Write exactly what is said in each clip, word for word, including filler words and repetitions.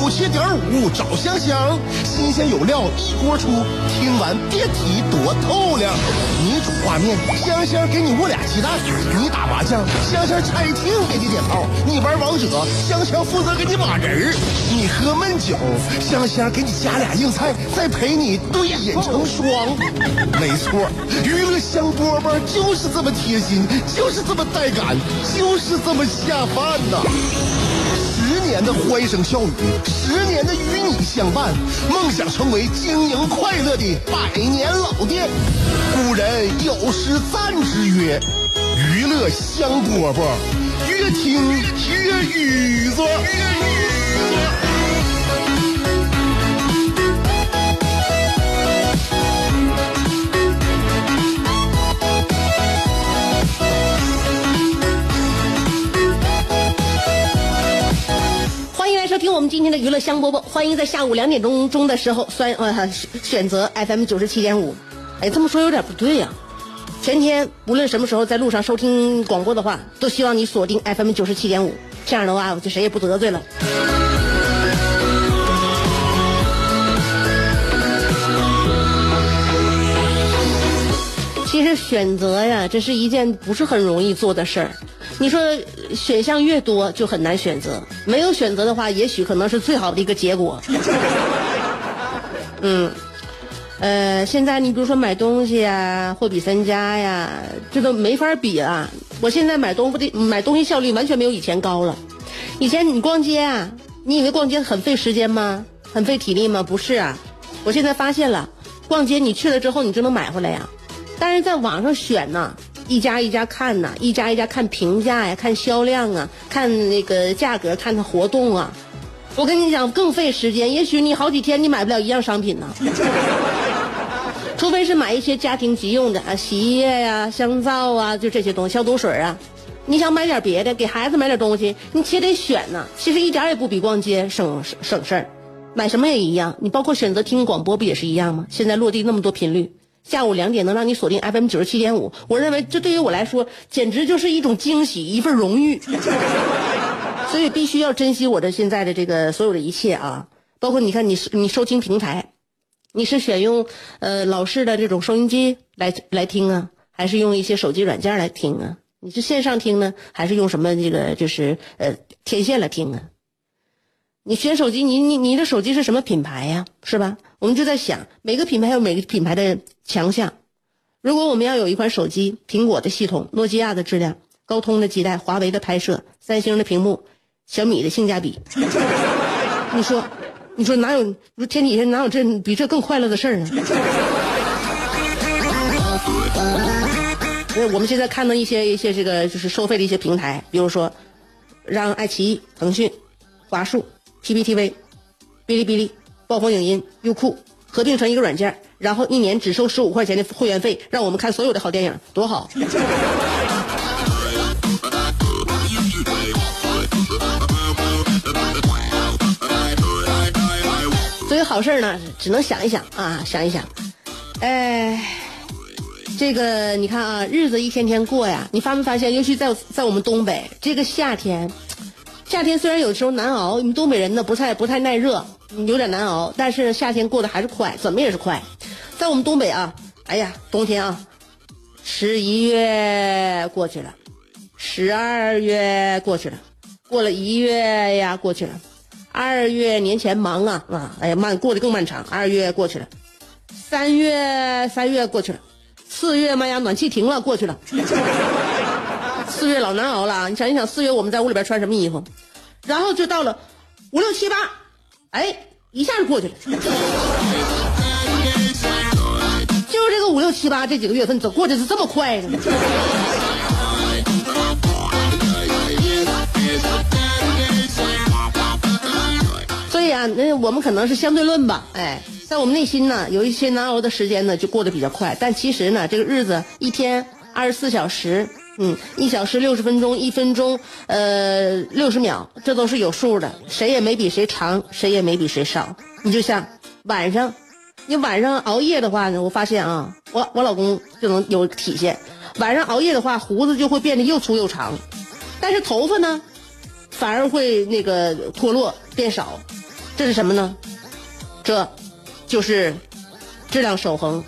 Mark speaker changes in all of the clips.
Speaker 1: 九七点五找香香，新鲜有料一锅出，听完别提多透亮。你煮画面，香香给你握俩鸡蛋；你打麻将，香香拆听给你点炮；你玩王者，香香负责给你码人；你喝闷酒，香香给你加俩硬菜，再陪你对饮成双。没错，娱乐香饽饽就是这么贴心，就是这么带感，就是这么下饭呐。十年的欢声笑语，十年的与你相伴，梦想成为经营快乐的百年老店。古人有诗赞之曰：娱乐香饽饽，越听越雨子。
Speaker 2: 收听我们今天的娱乐香饽饽，欢迎在下午两点钟钟的时候选呃选择 F M 九十七点五。哎，这么说有点不对呀、啊。全天无论什么时候在路上收听广播的话，都希望你锁定 F M 九十七点五，这样的话我就谁也不得罪了。其实选择呀，这是一件不是很容易做的事儿。你说选项越多就很难选择，没有选择的话也许可能是最好的一个结果。嗯呃现在你比如说买东西啊，货比三家呀，这都没法比啊。我现在买东西买东西效率完全没有以前高了。以前你逛街啊，你以为逛街很费时间吗？很费体力吗？不是啊。我现在发现了，逛街你去了之后你就能买回来呀。但是在网上选呢，一家一家看呐，一家一家看评价呀，看销量啊，看那个价格，看它活动啊。我跟你讲，更费时间，也许你好几天你买不了一样商品呢。除非是买一些家庭急用的啊，洗衣液呀、香皂啊，就这些东西，消毒水啊。你想买点别的，给孩子买点东西，你且得选呢。其实一点也不比逛街省省省事儿，买什么也一样。你包括选择听广播不也是一样吗？现在落地那么多频率。下午两点能让你锁定 F M 九十七点五，我认为这对于我来说简直就是一种惊喜，一份荣誉。所以必须要珍惜我的现在的这个所有的一切啊，包括你看你你收听平台，你是选用呃老式的这种收音机来来听啊，还是用一些手机软件来听啊？你是线上听呢，还是用什么这个就是呃天线来听啊？你选手机，你你你的手机是什么品牌呀？是吧？我们就在想，每个品牌有每个品牌的强项。如果我们要有一款手机，苹果的系统，诺基亚的质量，高通的基带，华为的拍摄，三星的屏幕，小米的性价比，你说，你说哪有？你说天底下哪有这比这更快乐的事儿呢？我们现在看到一些一些这个就是收费的一些平台，比如说让爱奇艺、腾讯、华数、P P T V、哔哩哔哩、暴风影音、优酷合并成一个软件，然后一年只收十五块钱的会员费，让我们看所有的好电影，多好！所以好事呢，只能想一想啊，想一想。哎，这个你看啊，日子一天天过呀，你发没发现？尤其在在我们东北，这个夏天。夏天虽然有时候难熬，你们东北人呢不太不太耐热，有点难熬，但是夏天过得还是快，怎么也是快。在我们东北啊，哎呀，冬天啊，十一月过去了，十二月过去了，过了一月呀过去了，二月年前忙啊啊，哎呀慢过得更漫长，二月过去了，三月三月过去了，四月妈呀暖气停了过去了。四月老难熬了，你想一想，四月我们在屋里边穿什么衣服？然后就到了五六七八，哎，一下就过去了。就是这个五六七八这几个月份，怎么过得是这么快呢？所以啊，那我们可能是相对论吧，哎，在我们内心呢，有一些难熬的时间呢，就过得比较快，但其实呢，这个日子一天二十四小时。嗯，一小时六十分钟，一分钟呃六十秒，这都是有数的，谁也没比谁长，谁也没比谁少。你就像晚上，你晚上熬夜的话呢，我发现啊，我我老公就能有体现，晚上熬夜的话，胡子就会变得又粗又长，但是头发呢，反而会那个脱落变少。这这是什么呢？这就是质量守恒。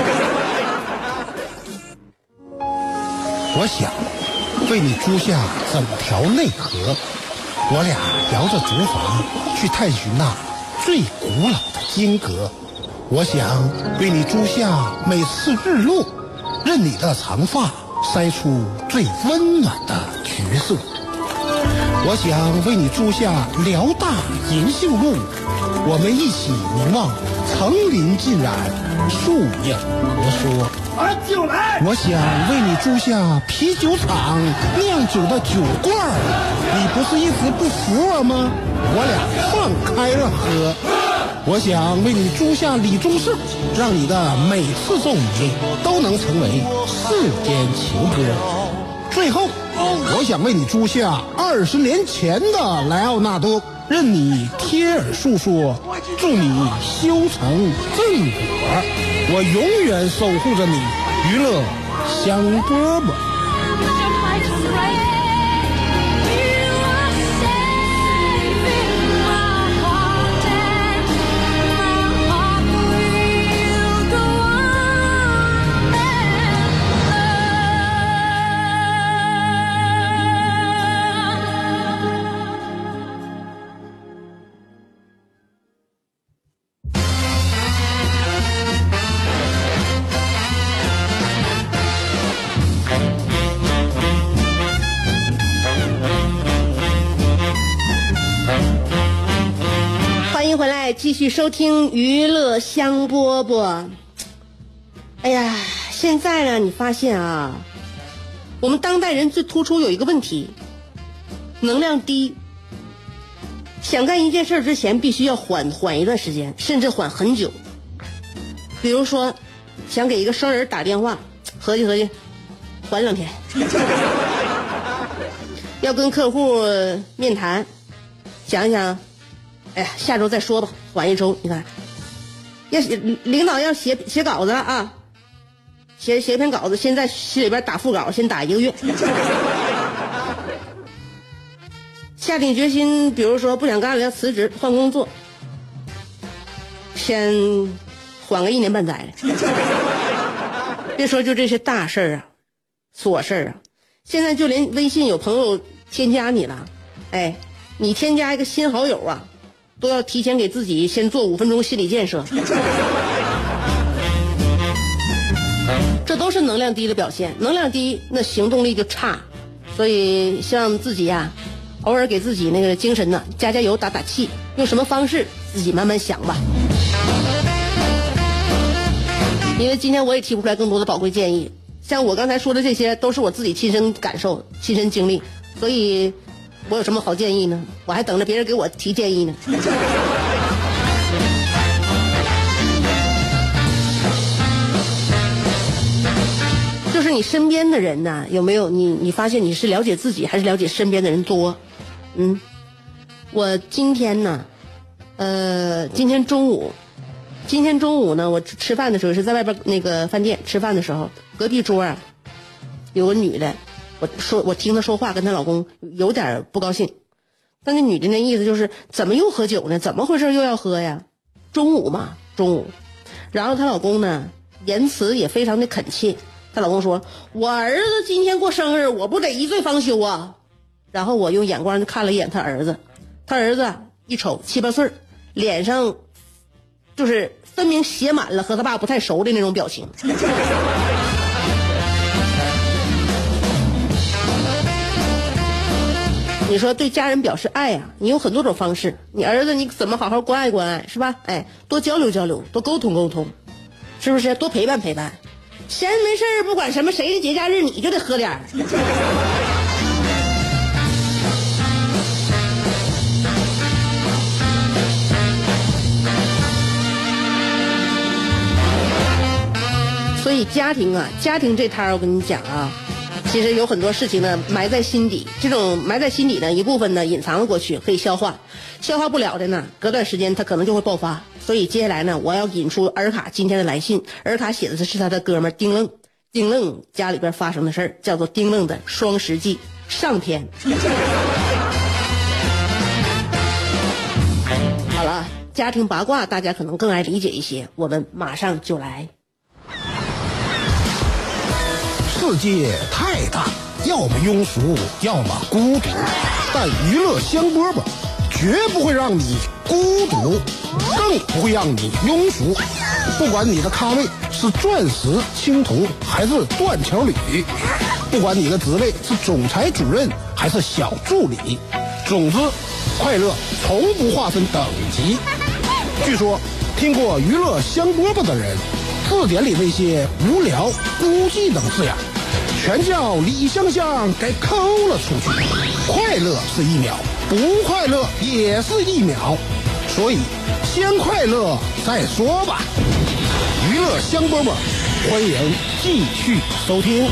Speaker 1: 我想为你租下整条内河，我俩摇着竹筏去探寻那最古老的金阁。我想为你租下每次日落，任你的长发筛出最温暖的橘色。我想为你租下辽大银杏路，我们一起凝望层林尽染，树影婆娑。
Speaker 3: 啊，酒来！
Speaker 1: 我想为你租下啤酒厂酿酒的酒罐儿，你不是一直不服我吗？我俩放开了喝。我想为你租下李宗盛，让你的每次奏鸣都能成为世间情歌。最后，我想为你租下二十年前的莱奥纳多，任你贴耳诉说，祝你修成正果。我永远守护着你，娱乐香饽饽。
Speaker 2: 继续收听娱乐香饽饽。哎呀，现在呢，你发现啊，我们当代人最突出有一个问题，能量低。想干一件事之前，必须要缓缓一段时间，甚至缓很久。比如说，想给一个生人打电话，合计合计，缓两天；要跟客户面谈，想一想。哎呀，下周再说吧，缓一周。你看，要写领导要写写稿子了啊，写写一篇稿子，现在心里边打副稿，先打一个月。下定决心，比如说不想干了要辞职换工作，先缓个一年半载了。别说就这些大事儿啊，琐事儿啊，现在就连微信有朋友添加你了，哎，你添加一个新好友啊。都要提前给自己先做五分钟心理建设，这都是能量低的表现。能量低，那行动力就差，所以希望自己呀、啊，偶尔给自己那个精神呢加加油、打打气。用什么方式，自己慢慢想吧。因为今天我也提不出来更多的宝贵建议，像我刚才说的这些，都是我自己亲身感受、亲身经历，所以。我有什么好建议呢？我还等着别人给我提建议呢。就是你身边的人呢，有没有你？你发现你是了解自己，还是了解身边的人多？嗯，我今天呢，呃，今天中午，今天中午呢，我吃饭的时候是在外边那个饭店吃饭的时候，隔壁桌啊，有个女的。我说，我听她说话，跟她老公有点不高兴。但那女的那意思就是，怎么又喝酒呢？怎么回事又要喝呀？中午嘛，中午。然后她老公呢，言辞也非常的恳切。她老公说：“我儿子今天过生日，我不得一醉方休啊。”然后我用眼光就看了一眼他儿子，他儿子一瞅七八岁，脸上就是分明写满了和他爸不太熟的那种表情。你说对家人表示爱啊，你有很多种方式。你儿子你怎么好好关爱关爱，是吧？哎，多交流交流，多沟通沟通，是不是？多陪伴陪伴。闲没事不管什么谁的节假日，你就得喝点儿。所以家庭啊，家庭这摊儿我跟你讲啊。其实有很多事情呢埋在心底，这种埋在心底呢一部分呢隐藏了过去，可以消化，消化不了的呢隔段时间它可能就会爆发。所以接下来呢我要引出尔卡今天的来信，尔卡写的是他的哥们丁愣，丁愣家里边发生的事儿，叫做丁愣的双十记上篇。 好了，家庭八卦大家可能更爱理解一些，我们马上就来。
Speaker 1: 世界太大，要么庸俗，要么孤独，但娱乐香饽饽绝不会让你孤独，更不会让你庸俗。不管你的咖位是钻石、青铜还是断桥铝，不管你的职位是总裁、主任还是小助理，总之快乐从不划分等级。据说听过娱乐香饽饽的人，字典里那些无聊、孤寂等字眼全叫李香香给抠了出去。快乐是一秒，不快乐也是一秒，所以先快乐再说吧。娱乐香饽饽，欢迎继续收听。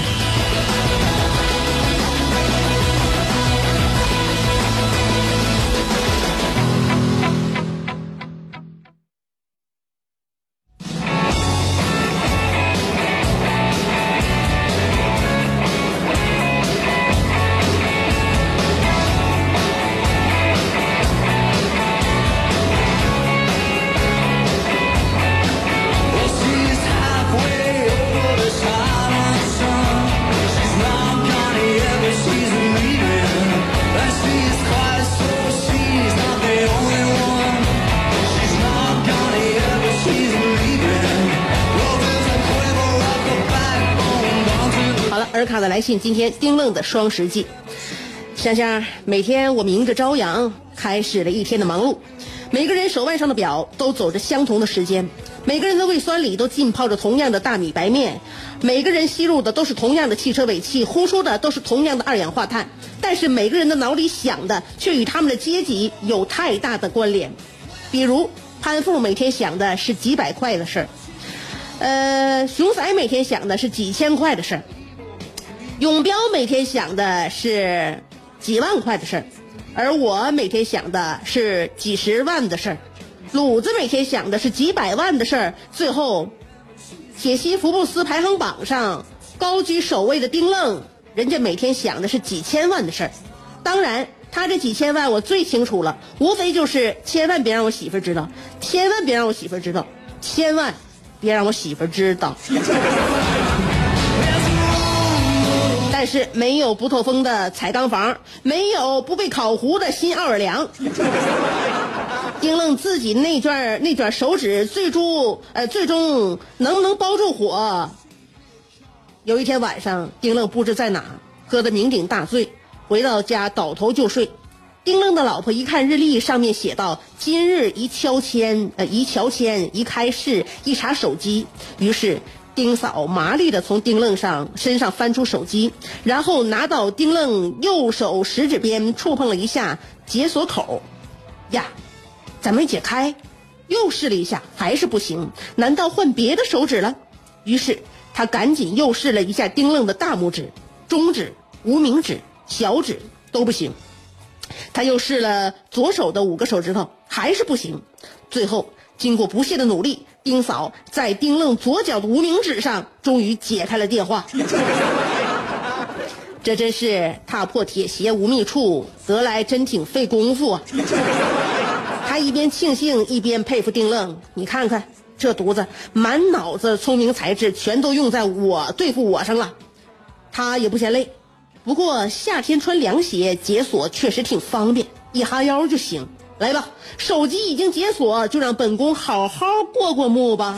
Speaker 2: 尔卡的来信，今天丁愣的双十记。香香，每天我迎着朝阳开始了一天的忙碌，每个人手腕上的表都走着相同的时间，每个人的胃酸里都浸泡着同样的大米白面，每个人吸入的都是同样的汽车尾气，呼出的都是同样的二氧化碳，但是每个人的脑里想的却与他们的阶级有太大的关联。比如潘富每天想的是几百块的事儿，呃，熊仔每天想的是几千块的事儿，永彪每天想的是几万块的事儿，而我每天想的是几十万的事儿，鲁子每天想的是几百万的事儿，最后铁西福布斯排行榜上高居首位的丁愣，人家每天想的是几千万的事儿。当然他这几千万我最清楚了，无非就是千万别让我媳妇知道，千万别让我媳妇知道，千万别让我媳妇知道。但是没有不透风的彩钢房，没有不被烤糊的新奥尔良。丁愣自己那卷那卷手指最终呃最终能不能包住火？有一天晚上，丁愣不知在哪喝得酩酊大醉，回到家倒头就睡。丁愣的老婆一看日历，上面写道：今日一敲签，呃一乔签，一开市，一查手机。于是丁嫂麻利地从丁愣上身上翻出手机，然后拿到丁愣右手食指边触碰了一下解锁口，呀，咋没解开？又试了一下，还是不行，难道换别的手指了？于是他赶紧又试了一下丁愣的大拇指、中指、无名指、小指，都不行。他又试了左手的五个手指头，还是不行。最后经过不懈的努力，丁嫂在丁愣左脚的无名指上终于解开了电话。这真是踏破铁鞋无觅处，得来真挺费功夫啊。他一边庆幸一边佩服丁愣，你看看这犊子满脑子聪明才智全都用在我对付我上了。他也不嫌累，不过夏天穿凉鞋解锁确实挺方便，一哈腰就行。来吧，手机已经解锁，就让本宫好好过过目吧。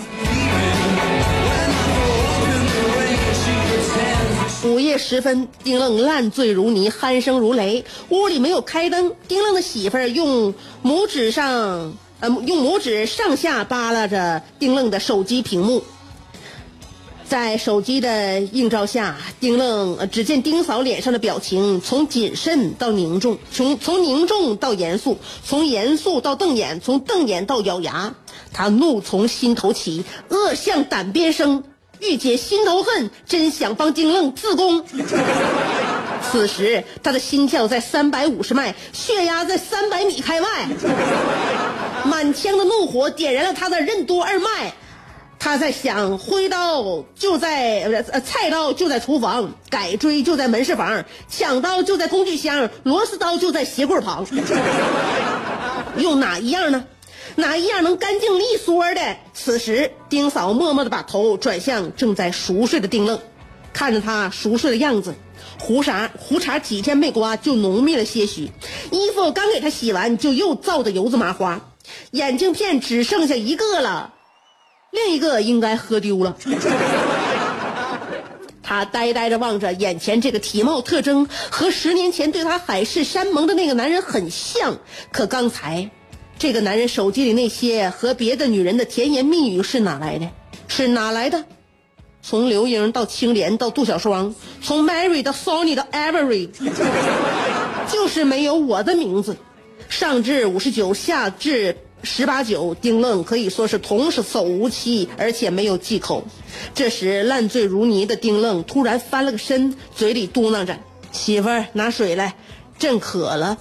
Speaker 2: 午夜时分，丁愣烂醉如泥，鼾声如雷，屋里没有开灯。丁愣的媳妇儿用拇指上呃用拇指上下扒拉着丁愣的手机屏幕，在手机的映照下，丁愣、呃、只见丁嫂脸上的表情从谨慎到凝重，从从凝重到严肃，从严肃到瞪眼，从瞪眼到咬牙。他怒从心头起，恶向胆边生，欲解心头恨，真想帮丁愣自宫。此时他的心跳在三百五十迈，血压在三百米开外，满腔的怒火点燃了他的任督二脉。他在想，挥刀就在呃菜刀就在厨房，改锥就在门市房，抢刀就在工具箱，螺丝刀就在鞋柜旁。用哪一样呢？ 哪一样能干净利索的？此时丁嫂默默地把头转向正在熟睡的丁愣，看着他熟睡的样子，胡茬胡茬几天没刮就浓密了些许，衣服刚给他洗完就又燥得油子麻花，眼镜片只剩下一个了，另一个应该喝丢了。他呆呆地望着眼前这个体貌特征和十年前对他海誓山盟的那个男人很像，可刚才这个男人手机里那些和别的女人的甜言蜜语是哪来的？是哪来的？从刘英到青莲到杜小双，从 Mary 到 Sony 到 Avery， 就是没有我的名字。上至五十九，下至十八九，丁愣可以说是童叟无欺，而且没有忌口。这时烂醉如泥的丁愣突然翻了个身，嘴里嘟囔着：“媳妇儿，拿水来，朕渴了。”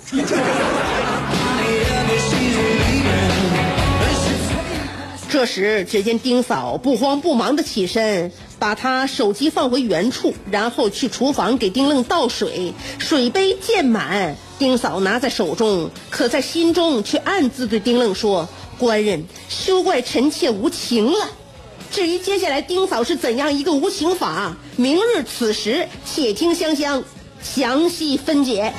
Speaker 2: 这时只见丁嫂不慌不忙地起身，把他手机放回原处，然后去厨房给丁愣倒水，水杯溅满，丁嫂拿在手中，可在心中却暗自对丁愣说：“官人，休怪臣妾无情了。”至于接下来丁嫂是怎样一个无情法，明日此时且听香香详细分解。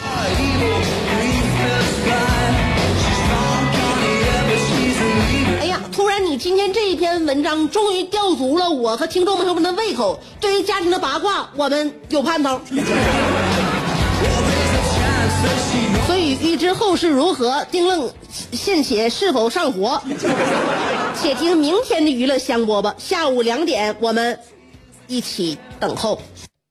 Speaker 2: 哎呀，突然你今天这一篇文章终于吊足了我和听众朋友们的胃口，对于家庭的八卦我们有盼头。所以预知后事如何，丁愣献血是否上火，且听明天的娱乐香饽饽，下午两点我们一起等候。